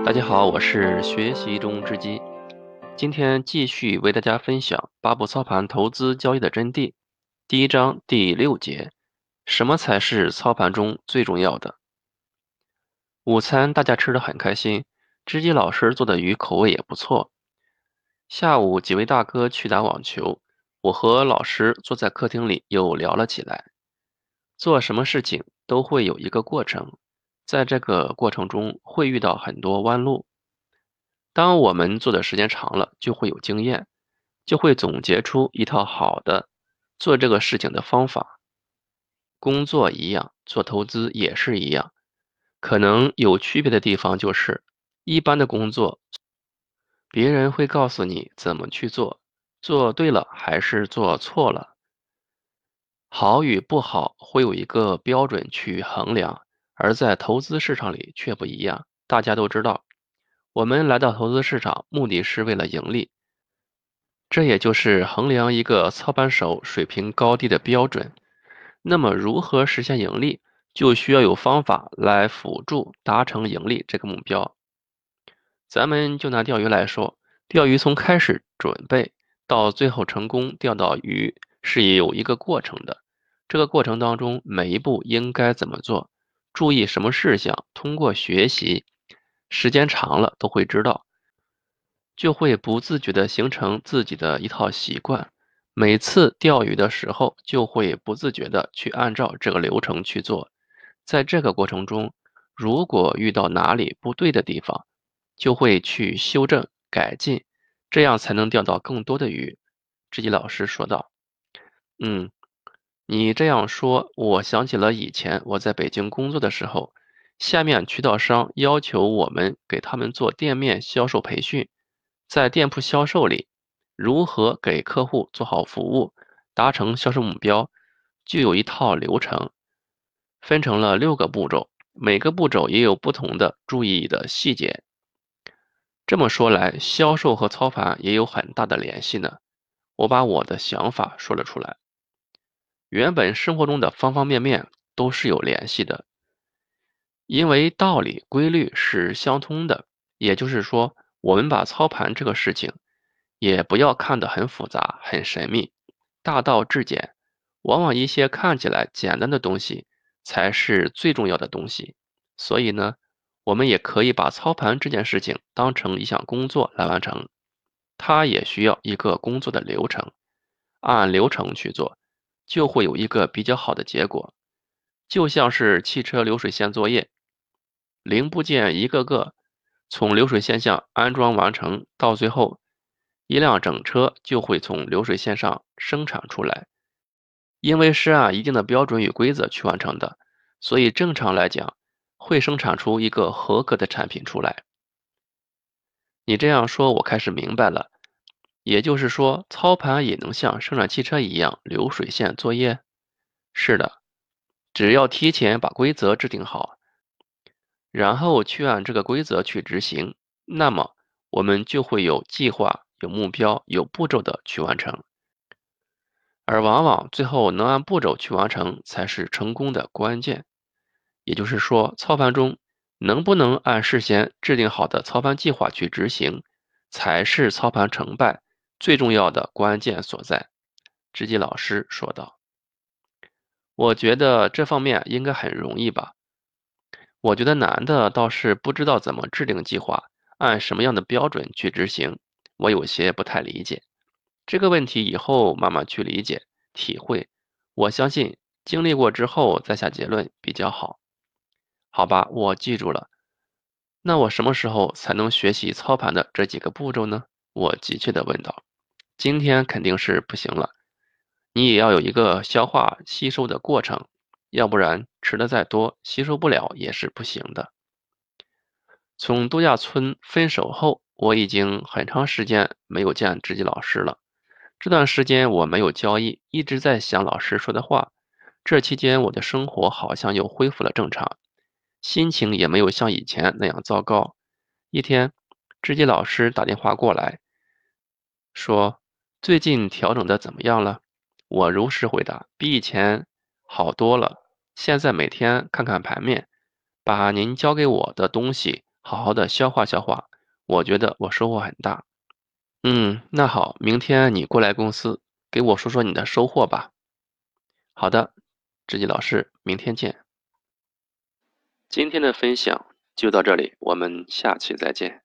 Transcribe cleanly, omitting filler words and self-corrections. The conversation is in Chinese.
大家好，我是学习中之鸡，今天继续为大家分享八步操盘投资交易的真谛。第一章第6节，什么才是操盘中最重要的？午餐大家吃得很开心，知鸡老师做的鱼口味也不错。下午几位大哥去打网球，我和老师坐在客厅里又聊了起来。做什么事情都会有一个过程，在这个过程中会遇到很多弯路。当我们做的时间长了，就会有经验，就会总结出一套好的做这个事情的方法。工作一样，做投资也是一样，可能有区别的地方就是，一般的工作，别人会告诉你怎么去做，做对了还是做错了，好与不好会有一个标准去衡量，而在投资市场里却不一样。大家都知道，我们来到投资市场，目的是为了盈利，这也就是衡量一个操盘手水平高低的标准。那么，如何实现盈利，就需要有方法来辅助达成盈利这个目标。咱们就拿钓鱼来说，钓鱼从开始准备到最后成功钓到鱼，是有一个过程的。这个过程当中，每一步应该怎么做，注意什么事项，通过学习，时间长了都会知道。就会不自觉地形成自己的一套习惯，每次钓鱼的时候就会不自觉地去按照这个流程去做。在这个过程中，如果遇到哪里不对的地方，就会去修正改进，这样才能钓到更多的鱼。知己老师说道：“嗯，你这样说，我想起了以前我在北京工作的时候，下面渠道商要求我们给他们做店面销售培训。在店铺销售里，如何给客户做好服务，达成销售目标，就有一套流程，分成了6个步骤，每个步骤也有不同的注意的细节。这么说来，销售和操盘也有很大的联系呢。我把我的想法说了出来。原本生活中的方方面面都是有联系的，因为道理规律是相通的。也就是说，我们把操盘这个事情也不要看得很复杂、很神秘，大道至简。往往一些看起来简单的东西才是最重要的东西。所以呢，我们也可以把操盘这件事情当成一项工作来完成，它也需要一个工作的流程，按流程去做，就会有一个比较好的结果。就像是汽车流水线作业，零部件一个个从流水线上安装完成，到最后，一辆整车就会从流水线上生产出来。因为是按一定的标准与规则去完成的，所以正常来讲，会生产出一个合格的产品出来。你这样说，我开始明白了。也就是说，操盘也能像生产汽车一样流水线作业？是的，只要提前把规则制定好，然后去按这个规则去执行，那么我们就会有计划、有目标、有步骤的去完成。而往往最后能按步骤去完成，才是成功的关键。也就是说，操盘中能不能按事先制定好的操盘计划去执行，才是操盘成败最重要的关键所在。知己老师说道：“我觉得这方面应该很容易吧？我觉得难的倒是不知道怎么制定计划，按什么样的标准去执行，我有些不太理解。这个问题以后慢慢去理解、体会，我相信经历过之后再下结论比较好。好吧，我记住了。那我什么时候才能学习操盘的这几个步骤呢？我急切地问道。今天肯定是不行了，你也要有一个消化吸收的过程，要不然吃的再多，吸收不了也是不行的。从度假村分手后，我已经很长时间没有见知己老师了。这段时间我没有交易，一直在想老师说的话。这期间我的生活好像又恢复了正常，心情也没有像以前那样糟糕。一天，知己老师打电话过来，说最近调整的怎么样了？我如实回答，比以前好多了。现在每天看看盘面，把您教给我的东西好好的消化消化，我觉得我收获很大。那好，明天你过来公司给我说说你的收获吧。好的，志毅老师，明天见。今天的分享就到这里，我们下期再见。